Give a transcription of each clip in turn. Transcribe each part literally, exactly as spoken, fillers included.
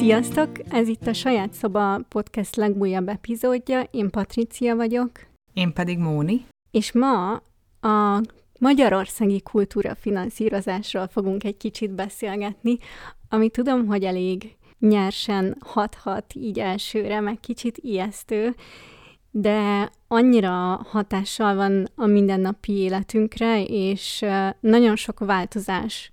Sziasztok! Ez itt a Saját Szoba podcast legújabb epizódja. Én Patricia vagyok. Én pedig Móni. És ma a magyarországi kultúra finanszírozásról fogunk egy kicsit beszélgetni, ami tudom, hogy elég nyersen hathat így elsőre, meg kicsit ijesztő, de annyira hatással van a mindennapi életünkre, és nagyon sok változás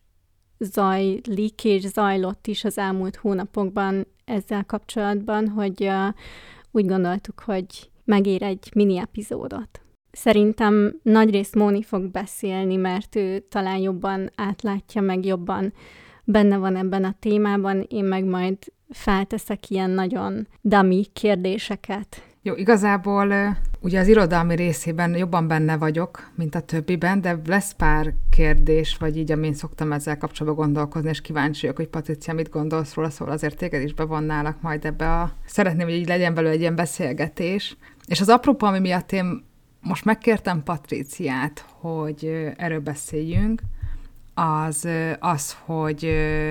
zajlik és zajlott is az elmúlt hónapokban ezzel kapcsolatban, hogy uh, úgy gondoltuk, hogy megér egy mini epizódot. Szerintem nagyrészt Móni fog beszélni, mert ő talán jobban átlátja, meg jobban benne van ebben a témában, én meg majd felteszek ilyen nagyon dummy kérdéseket. Jó, igazából ugye az irodalmi részében jobban benne vagyok, mint a többiben, de lesz pár kérdés, vagy így, amin szoktam ezzel kapcsolatban gondolkozni, és kíváncsi vagyok, hogy Patricia, mit gondolsz róla, szóval azért téged is bevonnálak majd ebbe a... Szeretném, hogy így legyen belőle egy ilyen beszélgetés. És az apropó, ami miatt én most megkértem Patriciát, hogy erről beszéljünk, az az, hogy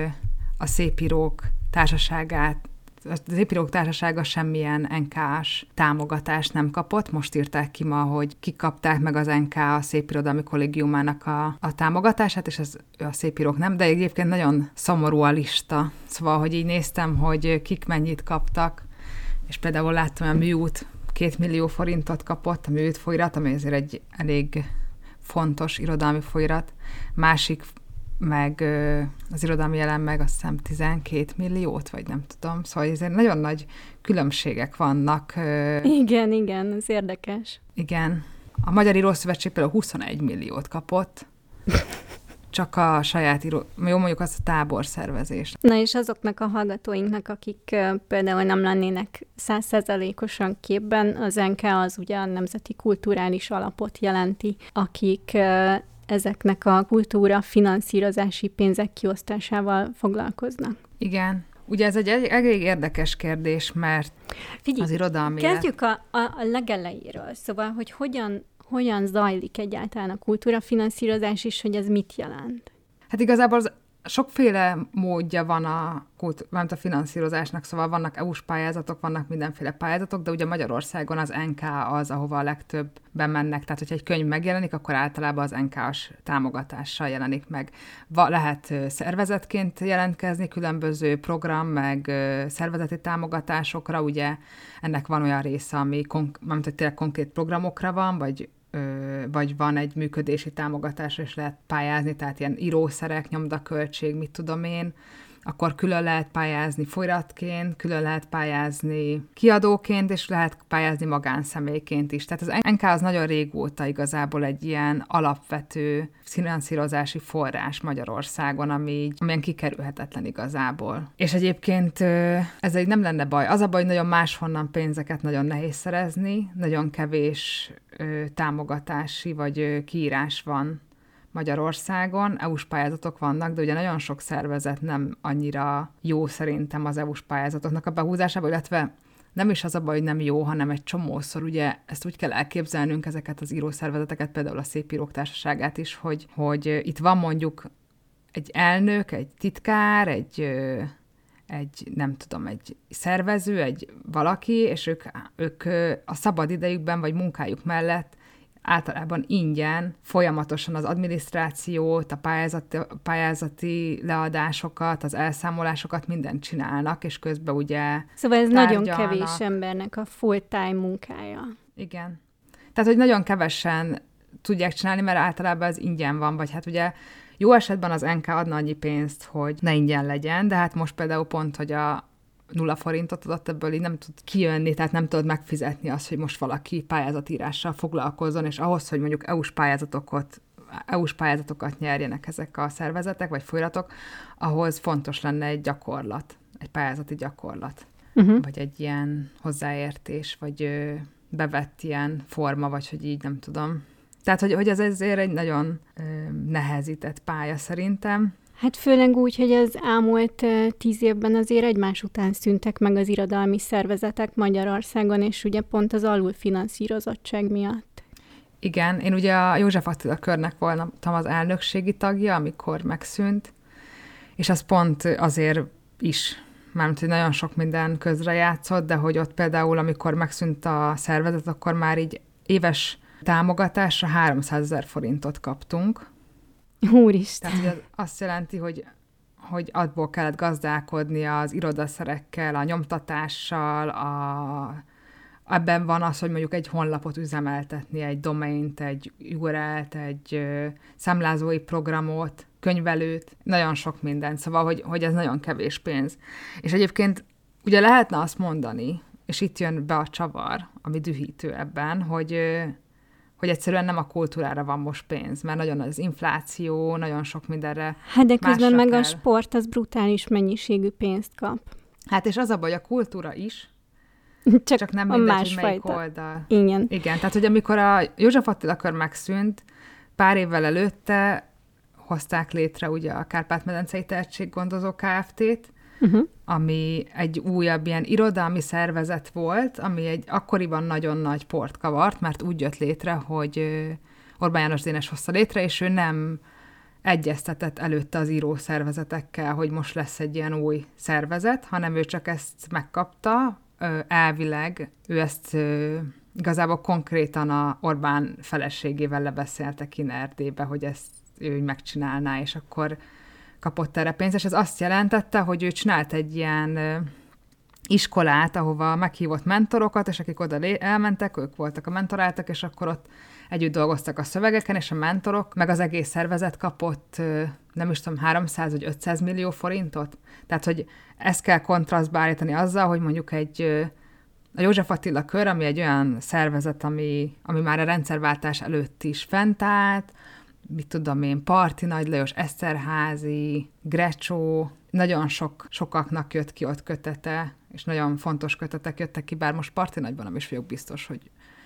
a Szépírók Társaságát az Szépírók Társasága semmilyen en ká-s támogatást nem kapott. Most írták ki ma, hogy kikapták meg az en ká a Szépirodalmi Kollégiumának a, a támogatását, és ez a szépírók nem, de egyébként nagyon szomorú a lista. Szóval, hogy így néztem, hogy kik mennyit kaptak, és például láttam, hogy a Műút két millió forintot kapott, a Műút folyirat, ami azért egy elég fontos irodalmi folyirat. Másik meg az irodalmi jelen meg azt hiszem tizenkét milliót, vagy nem tudom. Szóval ezért nagyon nagy különbségek vannak. Igen, igen, ez érdekes. Igen. A Magyar Írószövetség például huszonegy milliót kapott, csak a saját író... Jó, mondjuk azt a táborszervezést. Na és azoknak a hallgatóinknak, akik például nem lennének száz százalékosan képben, az en ká az ugye a Nemzeti Kulturális Alapot jelenti, akik ezeknek a kultúra finanszírozási pénzek kiosztásával foglalkoznak. Igen. Ugye ez egy elég érdekes kérdés, mert Figyelj, az irodalmi... Kezdjük a, a, a legelejéről. Szóval, hogy hogyan, hogyan zajlik egyáltalán a kultúra finanszírozás, és hogy ez mit jelent? Hát igazából az sokféle módja van a, a finanszírozásnak, szóval vannak é u-s pályázatok, vannak mindenféle pályázatok, de ugye Magyarországon az en ká az, ahova a legtöbben mennek. Tehát, hogyha egy könyv megjelenik, akkor általában az en ká-s támogatással jelenik meg. Va, lehet szervezetként jelentkezni, különböző program, meg szervezeti támogatásokra, ugye ennek van olyan része, ami konk- amit, hogy tényleg konkrét programokra van, vagy vagy van egy működési támogatás, és lehet pályázni, tehát ilyen írószerek, nyomdaköltség, mit tudom én, akkor külön lehet pályázni folyiratként, külön lehet pályázni kiadóként, és lehet pályázni magánszemélyként is. Tehát az en ká az nagyon régóta igazából egy ilyen alapvető finanszírozási forrás Magyarországon, ami amilyen kikerülhetetlen igazából. És egyébként ez egy nem lenne baj. Az a baj, hogy nagyon máshonnan pénzeket nagyon nehéz szerezni, nagyon kevés támogatási vagy kiírás van Magyarországon. é u-s pályázatok vannak, de ugye nagyon sok szervezet nem annyira jó szerintem az é u-s pályázatoknak a behúzásában, illetve nem is az a baj, hogy nem jó, hanem egy csomószor, ugye ezt úgy kell elképzelnünk ezeket az írószervezeteket, például a Szépírók Társaságát is, hogy, hogy itt van mondjuk egy elnök, egy titkár, egy, egy nem tudom, egy szervező, egy valaki, és ők, ők a szabad idejükben vagy munkájuk mellett általában ingyen, folyamatosan az adminisztrációt, a pályázati, pályázati leadásokat, az elszámolásokat, mindent csinálnak, és közben ugye Szóval ez tárgyalnak. Nagyon kevés embernek a full-time munkája. Igen. Tehát, hogy nagyon kevesen tudják csinálni, mert általában ez ingyen van, vagy hát ugye jó esetben az en ká adna annyi pénzt, hogy ne ingyen legyen, de hát most például pont, hogy a nulla forintot adott, ebből így nem tud kijönni, tehát nem tudod megfizetni azt, hogy most valaki pályázatírással foglalkozzon, és ahhoz, hogy mondjuk é u-s pályázatokat, é u-s pályázatokat nyerjenek ezek a szervezetek, vagy folyiratok, ahhoz fontos lenne egy gyakorlat, egy pályázati gyakorlat, uh-huh. vagy egy ilyen hozzáértés, vagy ö, bevett ilyen forma, vagy hogy így nem tudom. Tehát, hogy, hogy ez ezért egy nagyon ö, nehezített pálya szerintem. Hát főleg úgy, hogy az elmúlt tíz évben azért egymás után szűntek meg az irodalmi szervezetek Magyarországon, és ugye pont az alulfinanszírozottság miatt. Igen, én ugye a József Attila körnek voltam az elnökségi tagja, amikor megszűnt, és az pont azért is, mármint, hogy nagyon sok minden közrejátszott, de hogy ott például, amikor megszűnt a szervezet, akkor már így éves támogatásra háromszázezer forintot kaptunk. Úristen! Tehát ugye azt jelenti, hogy, hogy abból kellett gazdálkodni az irodaszerekkel, a nyomtatással, a... ebben van az, hogy mondjuk egy honlapot üzemeltetni, egy domaint, egy u er el-t, egy ö, számlázói programot, könyvelőt, nagyon sok mindent, szóval, hogy, hogy ez nagyon kevés pénz. És egyébként ugye lehetne azt mondani, és itt jön be a csavar, ami dühítő ebben, hogy, ö, hogy egyszerűen nem a kultúrára van most pénz, mert nagyon az infláció, nagyon sok mindenre Hát de közben meg kell. a sport az brutális mennyiségű pénzt kap. Hát és az a baj, a kultúra is, Csak, csak nem a mindegy, hogy melyik másfajta. oldal. Igen. Igen, tehát hogy amikor a József Attila kör megszűnt, pár évvel előtte hozták létre ugye a Kárpát-medencei Tehetséggondozó Kft-t, uh-huh. ami egy újabb ilyen irodalmi szervezet volt, ami egy akkoriban nagyon nagy port kavart, mert úgy jött létre, hogy Orbán János Dénes hozta létre, és ő nem egyeztetett előtte az írószervezetekkel, hogy most lesz egy ilyen új szervezet, hanem ő csak ezt megkapta, elvileg ő ezt igazából konkrétan a Orbán feleségével lebeszélte ki Erdélybe, hogy ezt ő megcsinálná, és akkor kapott erre pénzt, és ez azt jelentette, hogy ő csinált egy ilyen iskolát, ahova meghívott mentorokat, és akik oda elmentek, ők voltak a mentoráltak, és akkor ott együtt dolgoztak a szövegeken, és a mentorok, meg az egész szervezet kapott, nem is tudom, háromszáz vagy ötszáz millió forintot. Tehát, hogy ezt kell kontrasztba állítani azzal, hogy mondjuk egy a József Attila kör, ami egy olyan szervezet, ami, ami már a rendszerváltás előtt is fent állt, mit tudom én, Parti Nagy Lajos, Eszterházy, Grecsó, nagyon sok, sokaknak jött ki ott kötete, és nagyon fontos kötetek jöttek ki, bár most Parti Nagyban nem is vagyok biztos, hogy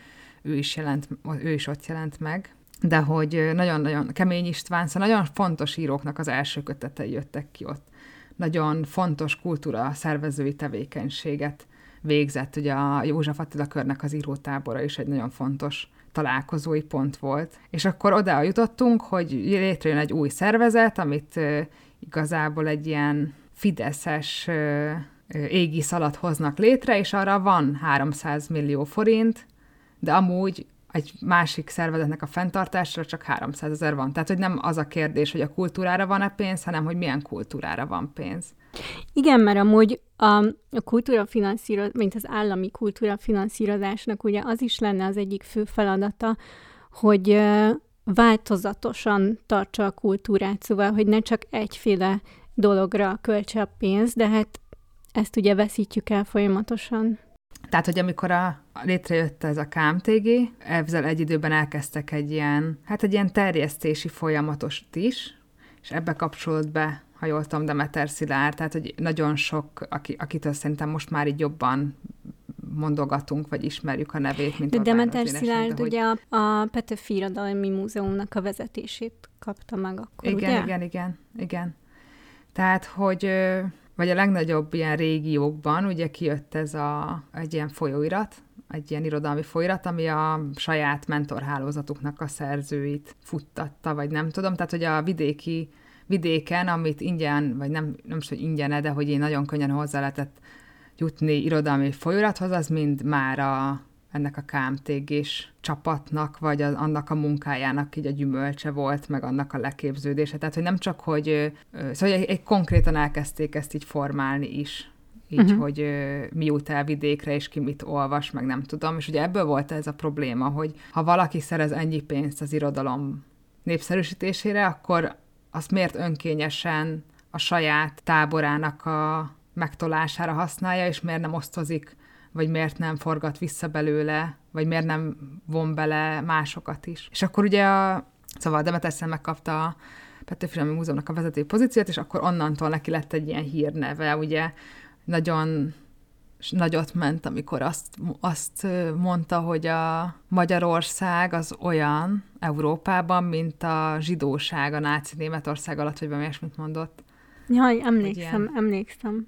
ő is, jelent, ő is ott jelent meg, de hogy nagyon-nagyon Kemény István, szóval nagyon fontos íróknak az első kötetei jöttek ki ott. Nagyon fontos kultúra szervezői tevékenységet végzett, ugye a József Attila körnek az írótábora is egy nagyon fontos találkozói pont volt. És akkor oda jutottunk, hogy létrejön egy új szervezet, amit uh, igazából egy ilyen fideszes uh, égisz alatt hoznak létre, és arra van háromszáz millió forint, de amúgy egy másik szervezetnek a fenntartásra csak háromszázezer van. Tehát, hogy nem az a kérdés, hogy a kultúrára van-e pénz, hanem hogy milyen kultúrára van pénz. Igen, mert amúgy a, a kultúra finanszírozás, mint az állami kultúra finanszírozásnak ugye az is lenne az egyik fő feladata, hogy uh, változatosan tartsa a kultúrát, szóval, hogy ne csak egyféle dologra költse a pénzt, de hát ezt ugye veszítjük el folyamatosan. Tehát, hogy amikor a, létrejött ez a ká em té gé, ezzel egy időben elkezdtek egy ilyen, hát egy ilyen terjesztési folyamatost is, és ebbe kapcsolódott be, ha jól tudom, Demeter Szilárd, tehát, hogy nagyon sok, aki, akitől szerintem most már így jobban mondogatunk, vagy ismerjük a nevét, mint de Orbán Demeter Dénes, Szilárd hogy... ugye a, a Petőfi Irodalmi Múzeumnak a vezetését kapta meg akkor, igen, ugye? Igen, igen, igen. Tehát, hogy... vagy a legnagyobb ilyen régiókban ugye kijött ez a, egy ilyen folyóirat, egy ilyen irodalmi folyóirat, ami a saját mentorhálózatuknak a szerzőit futtatta, vagy nem tudom. Tehát, hogy a vidéki, vidéken, amit ingyen, vagy nem, nem is, hogy ingyen, de hogy én nagyon könnyen hozzá lehetett jutni irodalmi folyóirathoz, az mind már a, ennek a ká em té gés csapatnak, vagy az, annak a munkájának így a gyümölcse volt, meg annak a leképződése. Tehát, hogy nem csak, hogy szóval egy, egy konkrétan elkezdték ezt így formálni is, így, uh-huh. hogy mi jut el vidékre, és ki mit olvas, meg nem tudom. És ugye ebből volt ez a probléma, hogy ha valaki szerez ennyi pénzt az irodalom népszerűsítésére, akkor azt miért önkényesen a saját táborának a megtolására használja, és miért nem osztozik, vagy miért nem forgat vissza belőle, vagy miért nem von bele másokat is. És akkor ugye a, szóval Demeter Szilárd megkapta a Petőfi Irodalmi Múzeumnak a vezető pozíciót, és akkor onnantól neki lett egy ilyen hírneve, ugye nagyon nagyot ment, amikor azt, azt mondta, hogy a Magyarország az olyan Európában, mint a zsidóság a náci Németország alatt, vagy valami ilyesmit mondott. Jaj, emlékszem, emlékszem.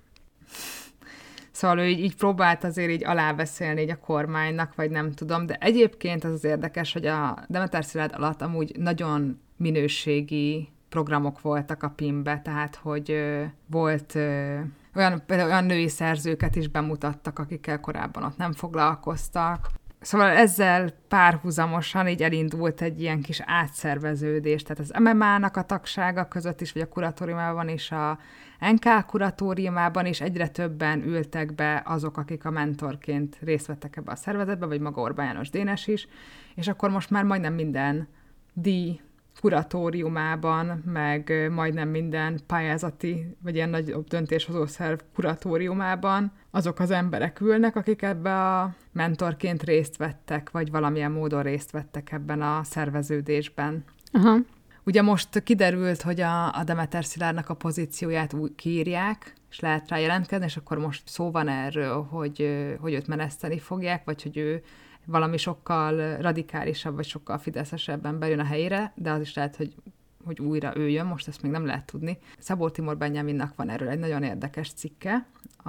Szóval ő így, így próbált azért így aláveszélni így a kormánynak, vagy nem tudom, de egyébként az az érdekes, hogy a Demeter Szilárd alatt amúgy nagyon minőségi programok voltak a pé i em-be, tehát hogy ö, volt ö, olyan, például olyan női szerzőket is bemutattak, akikkel korábban ott nem foglalkoztak. Szóval ezzel párhuzamosan így elindult egy ilyen kis átszerveződés, tehát az em em á-nak a tagsága között is, vagy a kuratóriumában is, a en ká kuratóriumában is egyre többen ültek be azok, akik a mentorként részt vettek ebbe a szervezetbe, vagy maga Orbán János Dénes is, és akkor most már majdnem minden díj kuratóriumában, meg majdnem minden pályázati, vagy ilyen nagy döntéshozó szerv kuratóriumában azok az emberek ülnek, akik ebbe a mentorként részt vettek, vagy valamilyen módon részt vettek ebben a szerveződésben. Aha. Ugye most kiderült, hogy a, a Demeter Szilárdnak a pozícióját úgy kiírják, és lehet rá jelentkezni, és akkor most szó van erről, hogy, hogy őt meneszteni fogják, vagy hogy ő valami sokkal radikálisabb, vagy sokkal fideszesebben bejön a helyére, de az is lehet, hogy, hogy újra ő jön, most ezt még nem lehet tudni. Szabó Timur Benyáminnak van erről egy nagyon érdekes cikke,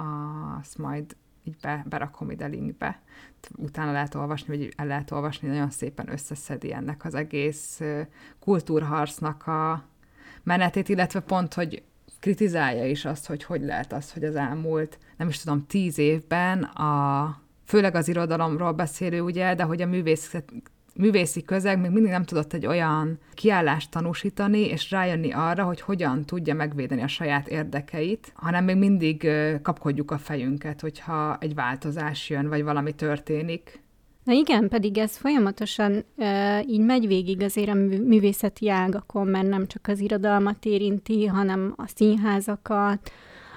azt majd így be, berakom ide linkbe. Utána lehet olvasni, vagy el lehet olvasni, nagyon szépen összeszedi ennek az egész kultúrharcnak a menetét, illetve pont, hogy kritizálja is azt, hogy hogy lehet az, hogy az elmúlt, nem is tudom, tíz évben a főleg az irodalomról beszélő, ugye, de hogy a művészet, művészi közeg még mindig nem tudott egy olyan kiállást tanúsítani, és rájönni arra, hogy hogyan tudja megvédeni a saját érdekeit, hanem még mindig kapkodjuk a fejünket, hogyha egy változás jön, vagy valami történik. Na igen, pedig ez folyamatosan e, így megy végig azért a művészeti ágakon, mert nem csak az irodalmat érinti, hanem a színházakat,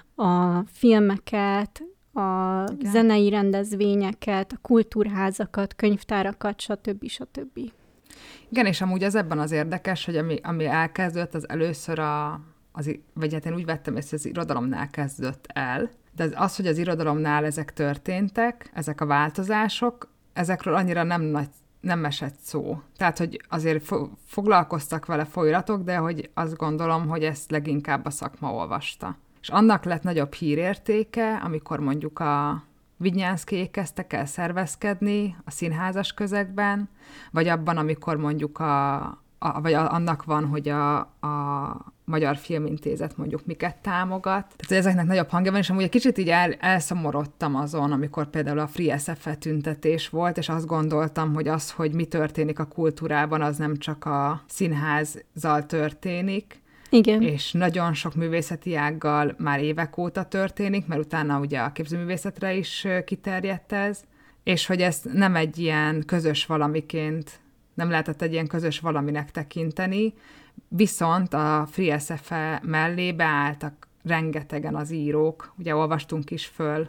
a filmeket, a igen. zenei rendezvényeket, a kultúrházakat, könyvtárakat, stb. stb. Igen, és amúgy az ebben az érdekes, hogy ami, ami elkezdődött, az először a, az, vagy hát én úgy vettem észre, hogy az irodalomnál kezdődött el, de az, az, hogy az irodalomnál ezek történtek, ezek a változások, ezekről annyira nem nagy nem esett szó. Tehát, hogy azért fo- foglalkoztak vele folyamatok, de hogy azt gondolom, hogy ezt leginkább a szakma olvasta. És annak lett nagyobb hírértéke, amikor mondjuk a Vidnyánszkijék kezdtek el szervezkedni a színházas közegben, vagy abban, amikor mondjuk a, a vagy a, annak van, hogy a, a Magyar Filmintézet mondjuk miket támogat. Tehát ezeknek nagyobb hangja van, és amúgy egy kicsit így el, elszomorodtam azon, amikor például a Free es ef e tüntetés volt, és azt gondoltam, hogy az, hogy mi történik a kultúrában, az nem csak a színházzal történik, igen. És nagyon sok művészeti ággal már évek óta történik, mert utána ugye a képzőművészetre is kiterjedt ez, és hogy ez nem egy ilyen közös valamiként, nem lehetett egy ilyen közös valaminek tekinteni, viszont a Free es ef e mellé beálltak rengetegen az írók, ugye olvastunk is föl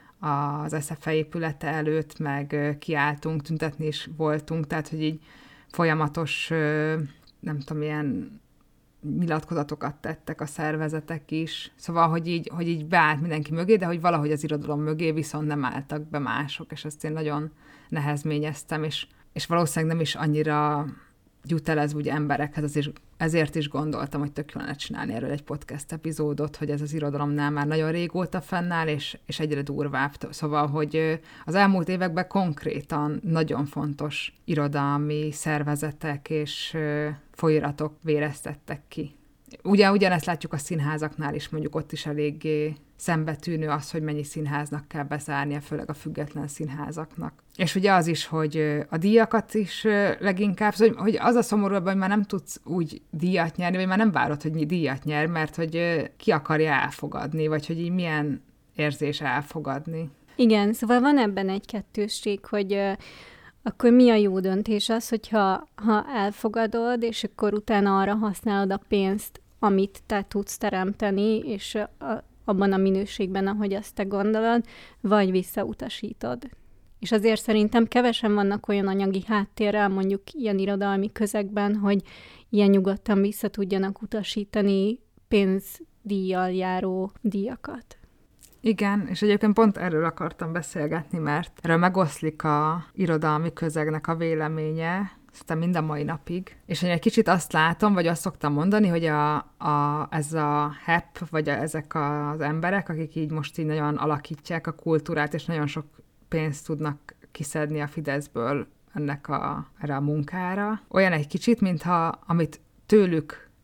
az es ef e épülete előtt, meg kiálltunk, tüntetni is voltunk, tehát hogy így folyamatos, nem tudom, ilyen nyilatkozatokat tettek a szervezetek is. Szóval, hogy így, hogy így beállt mindenki mögé, de hogy valahogy az irodalom mögé viszont nem álltak be mások, és ezt én nagyon nehezményeztem, és, és valószínűleg nem is annyira jut el ez úgy emberekhez, azért, ezért is gondoltam, hogy tök jól lenne csinálni erről egy podcast epizódot, hogy ez az irodalomnál már nagyon régóta fennáll, és, és egyre durvább. Szóval, hogy az elmúlt években konkrétan nagyon fontos irodalmi szervezetek és folyóiratok véreztettek ki. Ugye ugyanezt látjuk a színházaknál is, mondjuk ott is eléggé szembetűnő az, hogy mennyi színháznak kell bezárnia, főleg a független színházaknak. És ugye az is, hogy a díjakat is leginkább, hogy az a szomorú, hogy már nem tudsz úgy díjat nyerni, vagy már nem várod, hogy díjat nyer, mert hogy ki akarja elfogadni, vagy hogy így milyen érzés elfogadni. Igen, szóval van ebben egy kettősség, hogy akkor mi a jó döntés az, hogyha ha elfogadod, és akkor utána arra használod a pénzt, amit te tudsz teremteni, és a, abban a minőségben, ahogy azt te gondolod, vagy visszautasítod. És azért szerintem kevesen vannak olyan anyagi háttérrel, mondjuk ilyen irodalmi közegben, hogy ilyen nyugodtan vissza tudjanak utasítani pénzdíjjal járó díjakat. Igen, és egyébként pont erről akartam beszélgetni, mert erről megoszlik a irodalmi közegnek a véleménye, szerintem mind a mai napig. És én egy kicsit azt látom, vagy azt szoktam mondani, hogy a, a, ez a hep, vagy a, ezek az emberek, akik így most így nagyon alakítják a kultúrát, és nagyon sok pénzt tudnak kiszedni a Fideszből ennek a, erre a munkára. Olyan egy kicsit, mintha amit tőlük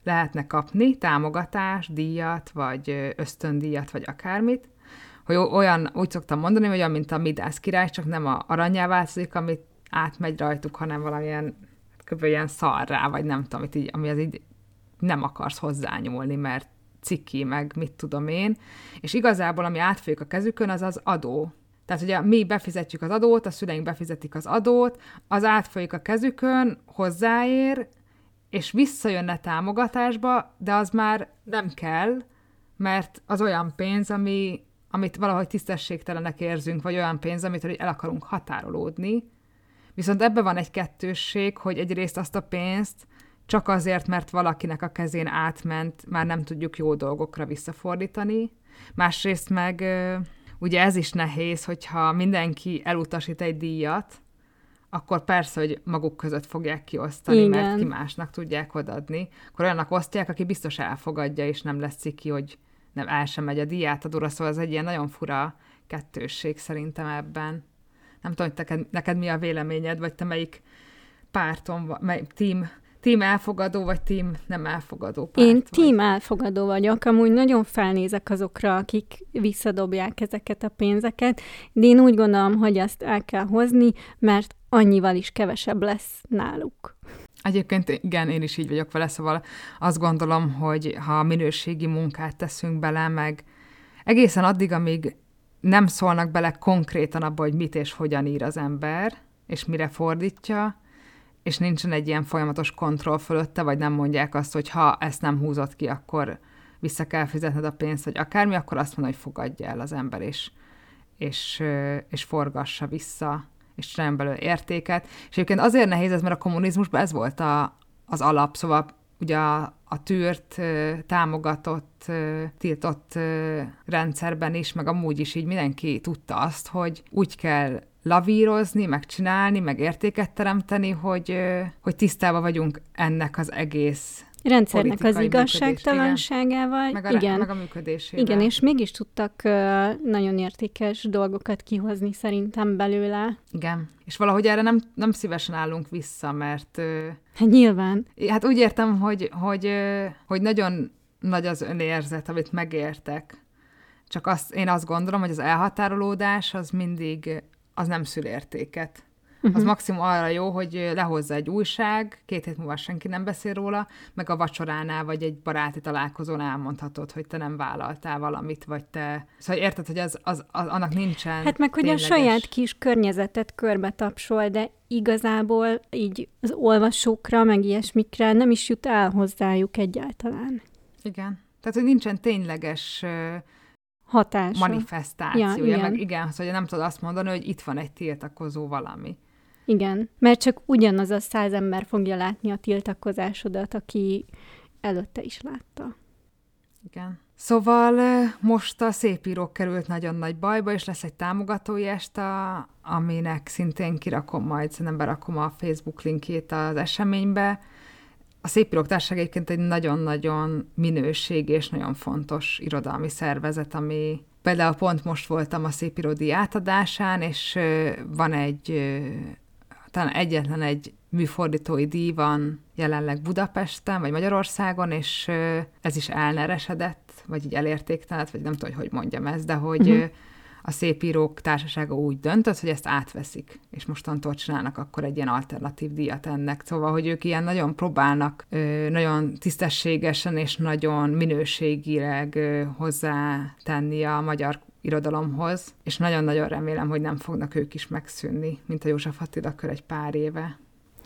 lehetne kapni, támogatás, díjat, vagy ösztöndíjat, vagy akármit, hogy olyan, úgy szoktam mondani, hogy olyan, mint a Midász király, csak nem a aranyá változik, amit átmegy rajtuk, hanem valamilyen kb. Ilyen szarrá, vagy nem tudom, amit így, ami az így nem akarsz hozzányúlni, mert ciki, meg mit tudom én. És igazából, ami átfolyik a kezükön, az az adó. Tehát ugye mi befizetjük az adót, a szüleink befizetik az adót, az átfolyik a kezükön, hozzáér, és visszajönne támogatásba, de az már nem kell, mert az olyan pénz, ami, amit valahogy tisztességtelenek érzünk, vagy olyan pénz, amitől el akarunk határolódni. Viszont ebben van egy kettősség, hogy egyrészt azt a pénzt csak azért, mert valakinek a kezén átment, már nem tudjuk jó dolgokra visszafordítani. Másrészt meg ugye ez is nehéz, hogyha mindenki elutasít egy díjat, akkor persze, hogy maguk között fogják kiosztani, igen, mert ki másnak tudják odaadni. Akkor olyannak osztják, aki biztos elfogadja, és nem lesz ciki, hogy nem el sem megy a díjátadóra, szóval ez egy ilyen nagyon fura kettősség szerintem ebben. Nem tudom, hogy neked, neked mi a véleményed, vagy te melyik párton, mely team, team elfogadó, vagy team nem elfogadó párt? Én vagy? team elfogadó vagyok, amúgy nagyon felnézek azokra, akik visszadobják ezeket a pénzeket, de én úgy gondolom, hogy azt el kell hozni, mert annyival is kevesebb lesz náluk. Egyébként igen, én is így vagyok vele, szóval azt gondolom, hogy ha minőségi munkát teszünk bele, meg egészen addig, amíg nem szólnak bele konkrétan abba, hogy mit és hogyan ír az ember, és mire fordítja, és nincsen egy ilyen folyamatos kontroll fölötte, vagy nem mondják azt, hogy ha ezt nem húzott ki, akkor vissza kell fizetned a pénzt, vagy akármi, akkor azt mondja, hogy fogadja el az ember, és, és, és forgassa vissza, és csináljon belőle értéket. És egyébként azért nehéz ez, mert a kommunizmusban ez volt a, az alap, szóval ugye a, a tűrt, támogatott, tiltott rendszerben is, meg amúgy is így mindenki tudta azt, hogy úgy kell lavírozni, meg csinálni, meg értéket teremteni, hogy, hogy tisztában vagyunk ennek az egész rendszernek az igazságtalanságával. Meg a, igen. meg a működésével. Igen, és mégis tudtak uh, nagyon értékes dolgokat kihozni szerintem belőle. Igen. És valahogy erre nem, nem szívesen állunk vissza, mert... Uh, hát nyilván. Hát úgy értem, hogy, hogy, uh, hogy nagyon nagy az önérzet, amit megértek. Csak azt, én azt gondolom, hogy az elhatárolódás az mindig, az nem szül értéket. Uh-huh. Az maximum arra jó, hogy lehozza egy újság, két hét múlva senki nem beszél róla, meg a vacsoránál, vagy egy baráti találkozón elmondhatod, hogy te nem vállaltál valamit, vagy te... Szóval érted, hogy az, az, az, annak nincsen hát meg, hogy tényleges... a saját kis környezetet körbe tapsol, de igazából így az olvasókra, meg ilyesmikre nem is jut el hozzájuk egyáltalán. Igen. Tehát, hogy nincsen tényleges... hatása. Manifestációja, ja, igen. meg igen, hogy nem tudod azt mondani, hogy itt van egy tiltakozó valami. Igen, mert csak ugyanaz a száz ember fogja látni a tiltakozásodat, aki előtte is látta. Igen. Szóval most a szépírók került nagyon nagy bajba, és lesz egy támogatói este, aminek szintén kirakom majd, szerintem berakom a Facebook linkjét az eseménybe. A Szépírók Társaság egyébként egy nagyon-nagyon minőségi és nagyon fontos irodalmi szervezet, ami például pont most voltam a Szépíródi átadásán, és van egy, talán egyetlen egy műfordítói díj van jelenleg Budapesten, vagy Magyarországon, és ez is elneresedett, vagy így elértéktelenedett, vagy nem tudom, hogy hogy mondjam ezt, de hogy uh-huh. a Szépírók Társasága úgy döntött, hogy ezt átveszik, és mostantól csinálnak akkor egy ilyen alternatív díjat ennek. Szóval, hogy ők ilyen nagyon próbálnak nagyon tisztességesen és nagyon minőségileg hozzátenni a magyar irodalomhoz, és nagyon-nagyon remélem, hogy nem fognak ők is megszűnni, mint a József Attila Kör egy pár éve.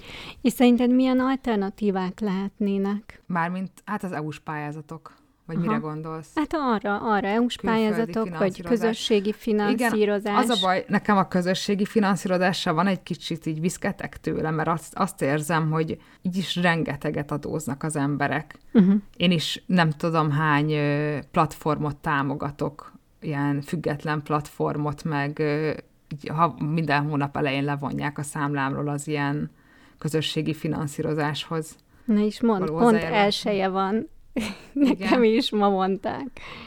És szerinted milyen alternatívák lehetnének? Mármint, hát az é u-s pályázatok. Vagy aha. mire gondolsz? Hát arra, arra é u-s pályázatok, vagy közösségi finanszírozás. Igen, az a baj, nekem a közösségi finanszírozással van egy kicsit így viszketek tőle, mert azt, azt érzem, hogy így is rengeteget adóznak az emberek. Uh-huh. Én is nem tudom hány platformot támogatok, ilyen független platformot, meg így, ha minden hónap elején levonják a számlámról az ilyen közösségi finanszírozáshoz. Na is mondd, pont elsője van. Nekem igen. is ma mondták.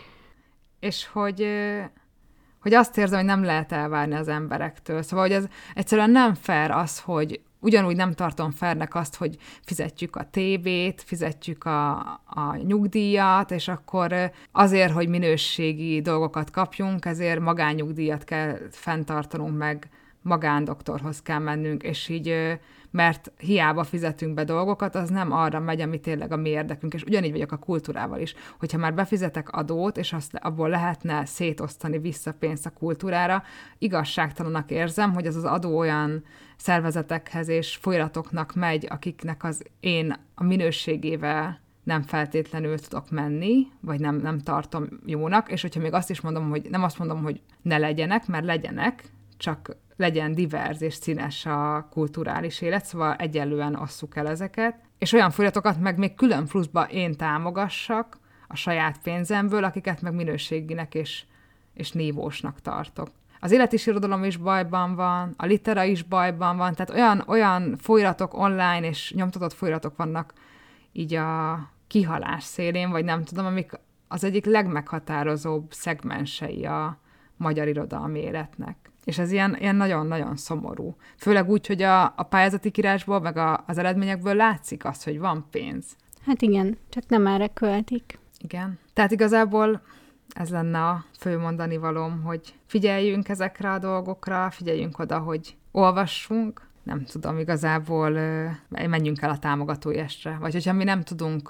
És hogy, hogy azt érzem, hogy nem lehet elvárni az emberektől. Szóval, hogy ez egyszerűen nem fair az, hogy ugyanúgy nem tartom fairnek azt, hogy fizetjük a tévét, fizetjük a, a nyugdíjat, és akkor azért, hogy minőségi dolgokat kapjunk, ezért magánnyugdíjat kell fenntartanunk, meg magándoktorhoz kell mennünk, és így, mert hiába fizetünk be dolgokat, az nem arra megy, ami tényleg a mi érdekünk, és ugyanígy vagyok a kultúrával is. Hogyha már befizetek adót, és azt abból lehetne szétosztani vissza pénzt a kultúrára, igazságtalanak érzem, hogy az az adó olyan szervezetekhez és folyamatoknak megy, akiknek az én a minőségével nem feltétlenül tudok menni, vagy nem, nem tartom jónak, és hogyha még azt is mondom, hogy nem azt mondom, hogy ne legyenek, mert legyenek, csak legyen diverz és színes a kulturális élet, szóval egyenlően osszuk el ezeket, és olyan folyamatokat meg még külön pluszba én támogassak a saját pénzemből, akiket meg minőséginek és, és nívósnak tartok. Az életi irodalom is bajban van, a litera is bajban van, tehát olyan, olyan folyamatok online és nyomtatott folyamatok vannak így a kihalás szélén, vagy nem tudom, amik az egyik legmeghatározóbb szegmensei a magyar irodalmi életnek. És ez ilyen, ilyen nagyon-nagyon szomorú. Főleg úgy, hogy a, a pályázati írásból, meg a, az eredményekből látszik az, hogy van pénz. Hát igen, csak nem erre költik. Igen. Tehát igazából ez lenne a fő mondani valóm, hogy figyeljünk ezekre a dolgokra, figyeljünk oda, hogy olvassunk, nem tudom, igazából menjünk el a támogatói estre. Vagy hogyha mi nem tudunk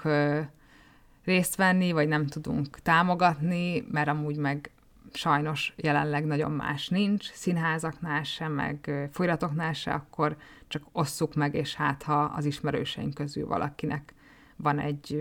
részt venni, vagy nem tudunk támogatni, mert amúgy meg sajnos jelenleg nagyon más nincs, színházaknál se, meg folyamatoknál se, akkor csak osszuk meg, és hát ha az ismerőseink közül valakinek van egy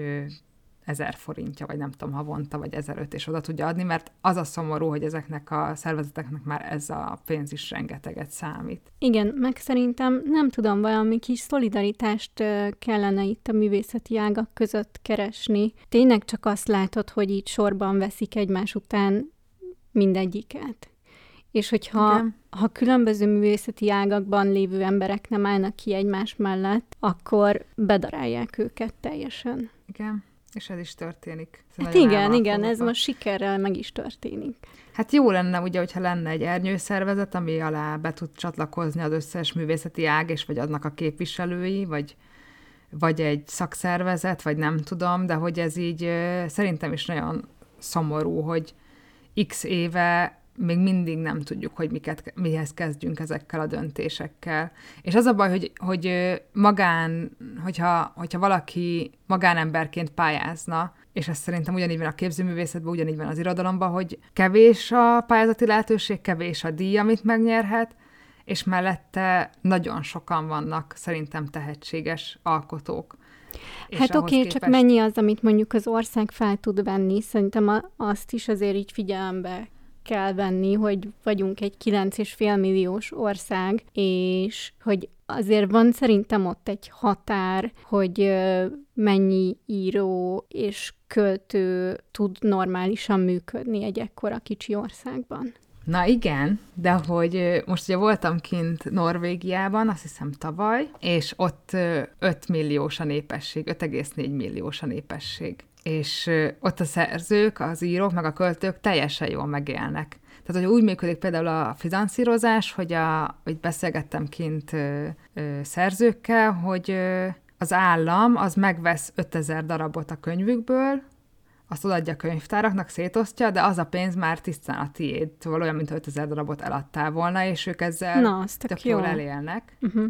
ezer forintja, vagy nem tudom, havonta, vagy ezeröt, és oda tudja adni, mert az a szomorú, hogy ezeknek a szervezeteknek már ez a pénz is rengeteget számít. Igen, meg szerintem nem tudom, valami kis szolidaritást kellene itt a művészeti ágak között keresni. Tényleg csak azt látod, hogy így sorban veszik egymás után mindegyiket. És hogyha ha különböző művészeti ágakban lévő emberek nem állnak ki egymás mellett, akkor bedarálják őket teljesen. Igen, és ez is történik. Ez hát igen, igen, ez most sikerrel meg is történik. Hát jó lenne, ugye, hogyha lenne egy ernyőszervezet, ami alá be tud csatlakozni az összes művészeti ág, és vagy adnak a képviselői, vagy, vagy egy szakszervezet, vagy nem tudom, de hogy ez így szerintem is nagyon szomorú, hogy x éve még mindig nem tudjuk, hogy miket, mihez kezdjünk ezekkel a döntésekkel. És az a baj, hogy, hogy magán, hogyha, hogyha valaki magánemberként pályázna, és ez szerintem ugyanígy van a képzőművészetben, ugyanígy van az irodalomban, hogy kevés a pályázati lehetőség, kevés a díj, amit megnyerhet, és mellette nagyon sokan vannak szerintem tehetséges alkotók. Hát oké, okay, csak mennyi az, amit mondjuk az ország fel tud venni? Szerintem a, azt is azért így figyelembe kell venni, hogy vagyunk egy kilenc és fél milliós ország, és hogy azért van szerintem ott egy határ, hogy mennyi író és költő tud normálisan működni egy ekkora kicsi országban. Na igen, de hogy most ugye voltam kint Norvégiában, azt hiszem tavaly, és ott öt milliós a népesség, öt egész négy milliós a népesség. És ott a szerzők, az írók, meg a költők teljesen jól megélnek. Tehát, hogy úgy működik például a finanszírozás, hogy, a, hogy beszélgettem kint ö, ö, szerzőkkel, hogy ö, az állam az megvesz ötezer darabot a könyvükből, azt odaadja a könyvtáraknak, szétosztja, de az a pénz már tisztán a tiéd, szóval olyan, mint ötezer darabot eladtál volna, és ők ezzel Na, tök jól elélnek. Uh-huh.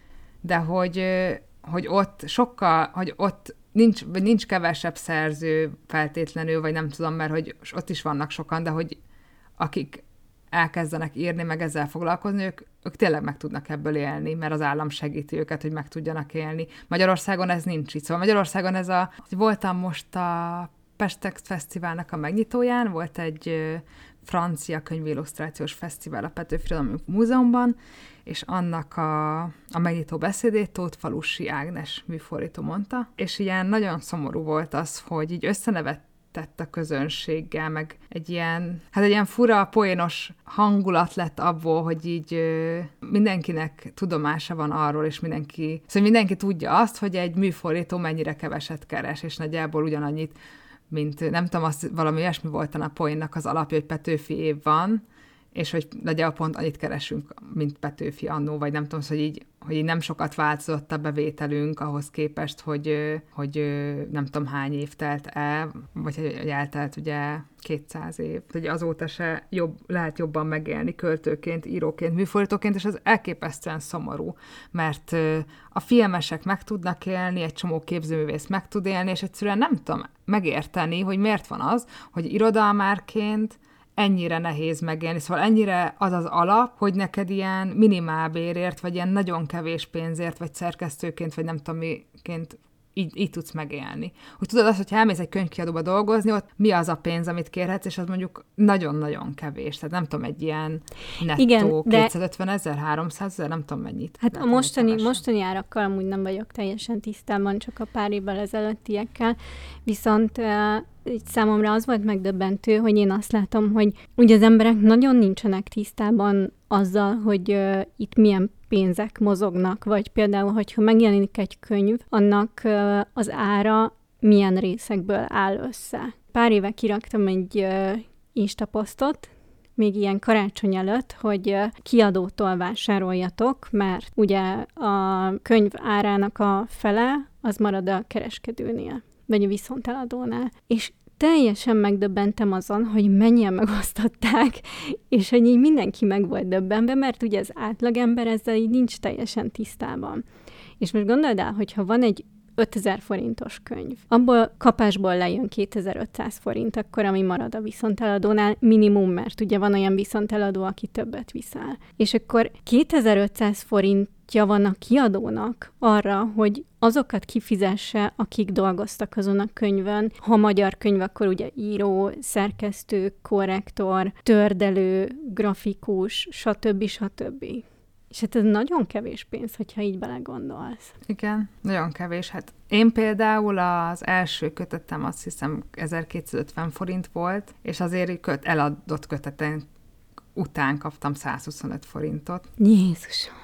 De hogy, hogy ott sokkal, hogy ott nincs, vagy nincs kevesebb szerző feltétlenül, vagy nem tudom, mert hogy ott is vannak sokan, de hogy akik elkezdenek írni, meg ezzel foglalkozni, ők, ők tényleg meg tudnak ebből élni, mert az állam segíti őket, hogy meg tudjanak élni. Magyarországon ez nincs így. Szóval Magyarországon ez a... Voltam most a Pestext Fesztiválnak a megnyitóján, volt egy ö, francia könyvillusztrációs fesztivál a Petőfi Irodalmi Múzeumban, és annak a, a megnyitó beszédét Tóth Falussy Ágnes műfordító mondta, és ilyen nagyon szomorú volt az, hogy így összenevettett a közönséggel, meg egy ilyen, hát egy ilyen fura, poénos hangulat lett abból, hogy így ö, mindenkinek tudomása van arról, és mindenki, szóval mindenki tudja azt, hogy egy műfordító mennyire keveset keres, és nagyjából ugyanannyit, mint nem tudom, az valami ilyesmi volt a poénnak az alapja, hogy Petőfi év van, és hogy nagyjából pont annyit keresünk, mint Petőfi annó, vagy nem tudom, hogy így, hogy így nem sokat változott a bevételünk ahhoz képest, hogy, hogy nem tudom hány év telt el, vagy hogy eltelt ugye kétszáz év. Hogy azóta se jobb, lehet jobban megélni költőként, íróként, műfordítóként, és ez elképesztően szomorú, mert a filmesek meg tudnak élni, egy csomó képzőművész meg tud élni, és egyszerűen nem tudom megérteni, hogy miért van az, hogy irodalmárként ennyire nehéz megélni, szóval ennyire az az alap, hogy neked ilyen minimálbérért, vagy ilyen nagyon kevés pénzért, vagy szerkesztőként, vagy nem tudom miként így, így tudsz megélni. Hogy tudod azt, hogy elmész egy könyvkiadóba dolgozni, ott mi az a pénz, amit kérhetsz, és az mondjuk nagyon-nagyon kevés. Tehát nem tudom, egy ilyen nettó igen, kétszázötven ezer, háromszáz ezer, nem tudom mennyit. Hát a mostani, mostani árakkal amúgy nem vagyok teljesen tisztában, csak a pár évvel ezelőttiekkel, viszont így számomra az volt megdöbbentő, hogy én azt látom, hogy ugye az emberek nagyon nincsenek tisztában azzal, hogy uh, itt milyen pénzek mozognak, vagy például, hogyha megjelenik egy könyv, annak uh, az ára milyen részekből áll össze. Pár éve kiraktam egy uh, Insta posztot, még ilyen karácsony előtt, hogy uh, kiadótól vásároljatok, mert ugye a könyv árának a fele az marad a kereskedőnél, vagy a viszonteladónál. És teljesen megdöbbentem azon, hogy mennyien megosztották, és hogy így mindenki meg volt döbbenve, mert ugye az átlagember ezzel így nincs teljesen tisztában. És most gondold el, hogyha van egy ötezer forintos könyv, abból kapásból lejön kétezer-ötszáz forint, akkor ami marad a viszonteladónál minimum, mert ugye van olyan viszonteladó, aki többet viszel. És akkor kétezer-ötszáz forintja van a kiadónak arra, hogy azokat kifizesse, akik dolgoztak azon a könyvön. Ha magyar könyv, akkor ugye író, szerkesztő, korrektor, tördelő, grafikus, stb. stb. És hát ez nagyon kevés pénz, hogyha így belegondolsz. Igen, nagyon kevés. Hát én például az első kötetem azt hiszem ezerkétszázötven forint volt, és azért köt, eladott köteten után kaptam százhuszonöt forintot. Jézusom!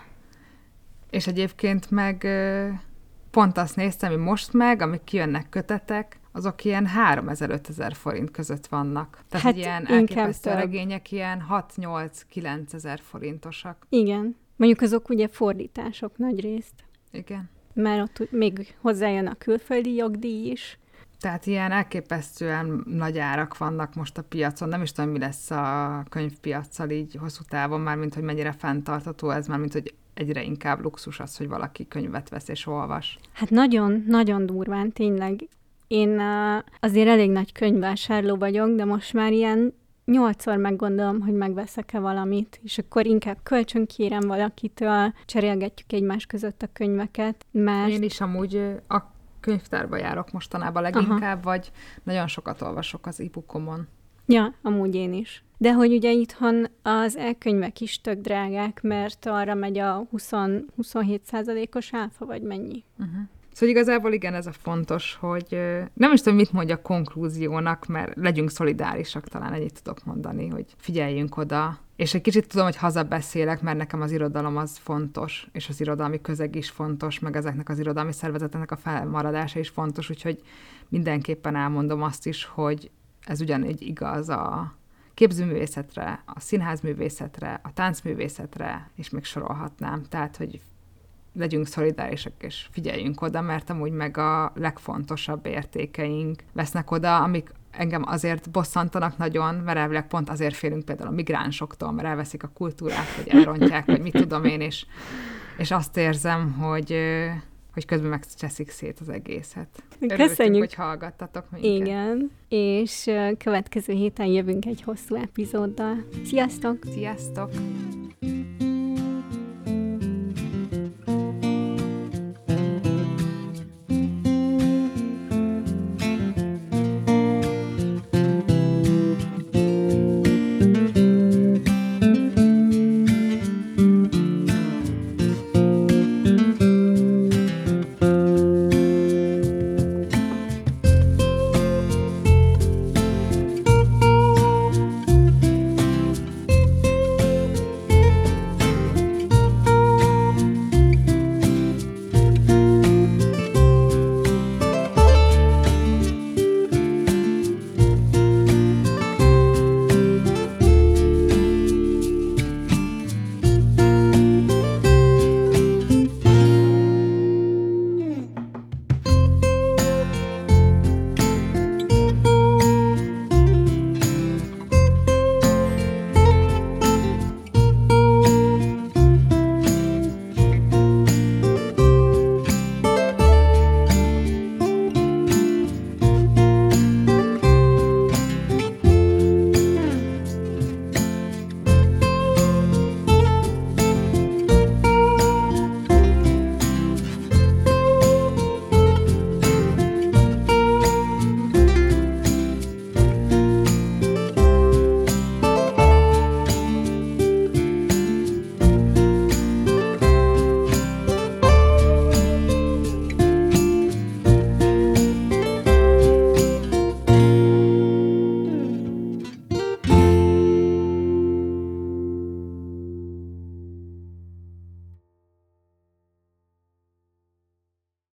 És egyébként meg pont azt néztem, hogy most meg, amik kijönnek kötetek, azok ilyen háromezer-ötezer forint között vannak. Tehát hát ilyen elképesztő regények ilyen hat-nyolc-kilenc ezer forintosak. Igen. Mondjuk azok ugye fordítások nagy részt. Igen. Mert ott még hozzájön a külföldi jogdíj is. Tehát ilyen elképesztően nagy árak vannak most a piacon. Nem is tudom, mi lesz a könyvpiaccal így hosszú távon, mármint, hogy mennyire fenntartható ez, mármint, hogy egyre inkább luxus az, hogy valaki könyvet vesz és olvas. Hát nagyon, nagyon durván, tényleg. Én azért elég nagy könyvvásárló vagyok, de most már ilyen nyolcszor meggondolom, hogy megveszek-e valamit, és akkor inkább kölcsönkérem valakitől, cserélgetjük egymás között a könyveket, mert... Én is amúgy a könyvtárba járok mostanában leginkább, aha, vagy nagyon sokat olvasok az e-bookomon. Ja, amúgy én is. De hogy ugye itthon az e-könyvek is tök drágák, mert arra megy a húsz-huszonhét százalékos áfa, vagy mennyi. Uh-huh. Szóval igazából igen, ez a fontos, hogy nem is tudom, mit mondja a konklúziónak, mert legyünk szolidárisak, talán ennyit tudok mondani, hogy figyeljünk oda. És egy kicsit tudom, hogy hazabeszélek, mert nekem az irodalom az fontos, és az irodalmi közeg is fontos, meg ezeknek az irodalmi szervezeteknek a felmaradása is fontos, úgyhogy mindenképpen elmondom azt is, hogy ez ugyanígy igaz a képzőművészetre, a színházművészetre, a táncművészetre, és még sorolhatnám. Tehát, hogy legyünk szolidárisak, és figyeljünk oda, mert amúgy meg a legfontosabb értékeink vesznek oda, amik engem azért bosszantanak nagyon, mert elvileg pont azért félünk például a migránsoktól, mert elveszik a kultúrát, vagy elrontják, vagy mit tudom én, és, és azt érzem, hogy, hogy közben megcseszik szét az egészet. Köszönjük, Örültünk, hogy hallgattatok minket. Igen, és következő héten jövünk egy hosszú epizóddal. Sziasztok! Sziasztok!